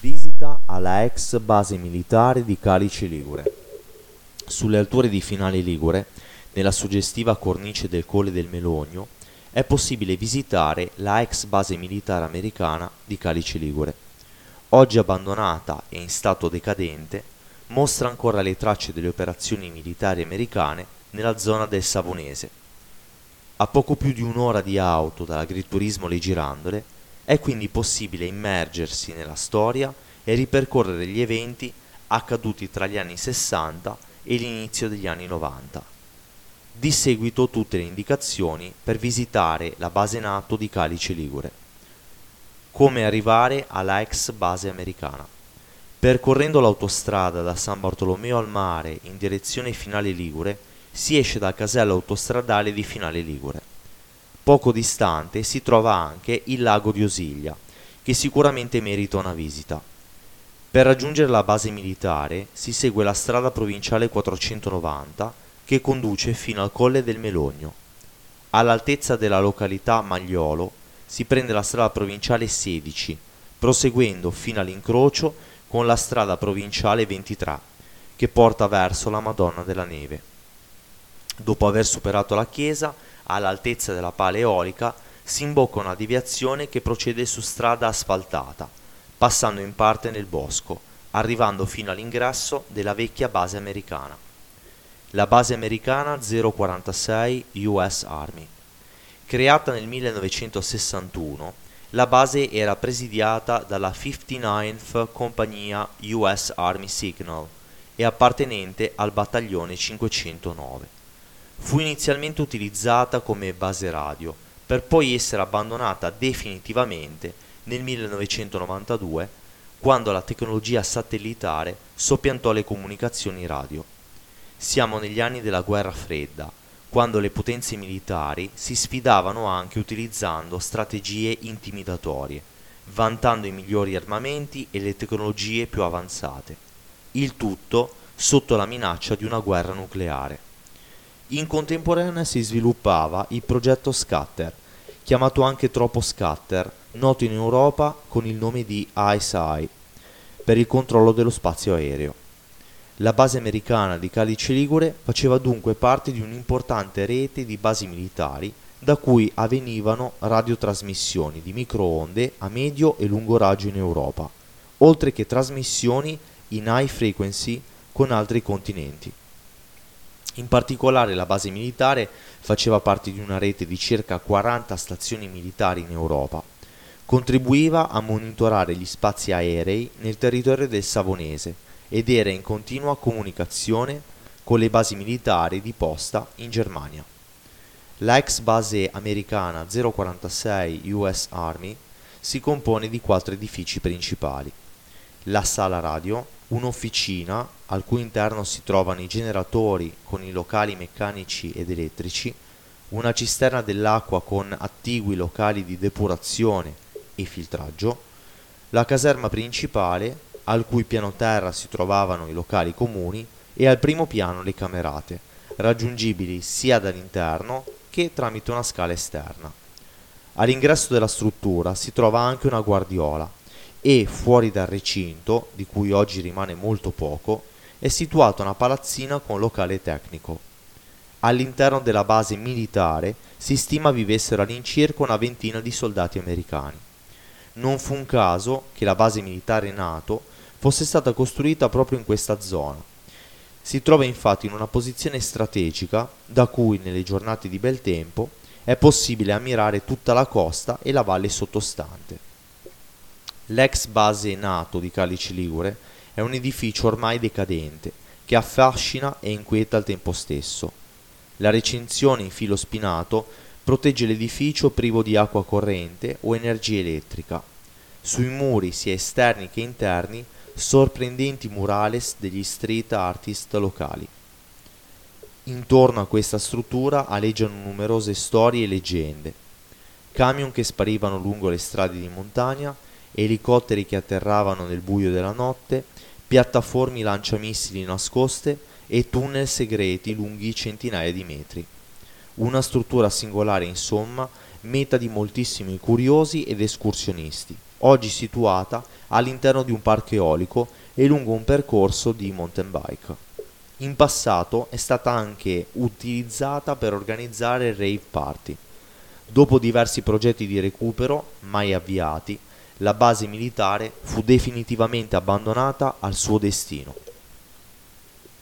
Visita alla ex base militare di Calice Ligure. Sulle alture di Finale Ligure, nella suggestiva cornice del Colle del Melogno, è possibile visitare la ex base militare americana di Calice Ligure. Oggi abbandonata e in stato decadente, mostra ancora le tracce delle operazioni militari americane nella zona del Savonese. A poco più di un'ora di auto dall'agriturismo Le Girandole, è quindi possibile immergersi nella storia e ripercorrere gli eventi accaduti tra gli anni 60 e l'inizio degli anni 90. Di seguito tutte le indicazioni per visitare la base NATO di Calice Ligure. Come arrivare alla ex base americana. Percorrendo l'autostrada da San Bartolomeo al Mare in direzione Finale Ligure, si esce dal casello autostradale di Finale Ligure. Poco distante si trova anche il lago di Osiglia, che sicuramente merita una visita. Per raggiungere la base militare si segue la strada provinciale 490 che conduce fino al Colle del Melogno. All'altezza della località Magliolo si prende la strada provinciale 16, proseguendo fino all'incrocio con la strada provinciale 23, che porta verso la Madonna della Neve. Dopo aver superato la chiesa, all'altezza della pala eolica, si imbocca una deviazione che procede su strada asfaltata, passando in parte nel bosco, arrivando fino all'ingresso della vecchia base americana. La base americana 046 US Army. Creata nel 1961, la base era presidiata dalla 59th Compagnia US Army Signal e appartenente al battaglione 509. Fu inizialmente utilizzata come base radio, per poi essere abbandonata definitivamente nel 1992, quando la tecnologia satellitare soppiantò le comunicazioni radio. Siamo negli anni della Guerra Fredda, quando le potenze militari si sfidavano anche utilizzando strategie intimidatorie, vantando i migliori armamenti e le tecnologie più avanzate. Il tutto sotto la minaccia di una guerra nucleare. In contemporanea si sviluppava il progetto Scatter, chiamato anche Troposcatter, noto in Europa con il nome di ICEYE, per il controllo dello spazio aereo. La base americana di Calice Ligure faceva dunque parte di un'importante rete di basi militari da cui avvenivano radiotrasmissioni di microonde a medio e lungo raggio in Europa, oltre che trasmissioni in high frequency con altri continenti. In particolare la base militare faceva parte di una rete di circa 40 stazioni militari in Europa. Contribuiva a monitorare gli spazi aerei nel territorio del Savonese ed era in continua comunicazione con le basi militari di posta in Germania. La ex base americana 046 US Army si compone di 4 edifici principali: la sala radio, un'officina al cui interno si trovano i generatori con i locali meccanici ed elettrici, una cisterna dell'acqua con attigui locali di depurazione e filtraggio, la caserma principale al cui piano terra si trovavano i locali comuni e al primo piano le camerate, raggiungibili sia dall'interno che tramite una scala esterna. All'ingresso della struttura si trova anche una guardiola e, fuori dal recinto, di cui oggi rimane molto poco, è situata una palazzina con locale tecnico. All'interno della base militare si stima vivessero all'incirca una ventina di soldati americani. Non fu un caso che la base militare NATO fosse stata costruita proprio in questa zona. Si trova infatti in una posizione strategica da cui nelle giornate di bel tempo è possibile ammirare tutta la costa e la valle sottostante. L'ex base NATO di Calice Ligure è un edificio ormai decadente che affascina e inquieta al tempo stesso. La recinzione in filo spinato protegge l'edificio privo di acqua corrente o energia elettrica. Sui muri, sia esterni che interni, sorprendenti murales degli street artist locali. Intorno a questa struttura aleggiano numerose storie e leggende. Camion che sparivano lungo le strade di montagna, elicotteri che atterravano nel buio della notte, piattaforme lanciamissili nascoste e tunnel segreti lunghi centinaia di metri. Una struttura singolare, insomma, meta di moltissimi curiosi ed escursionisti, oggi situata all'interno di un parco eolico e lungo un percorso di mountain bike. In passato è stata anche utilizzata per organizzare rave party. Dopo diversi progetti di recupero mai avviati, la base militare fu definitivamente abbandonata al suo destino.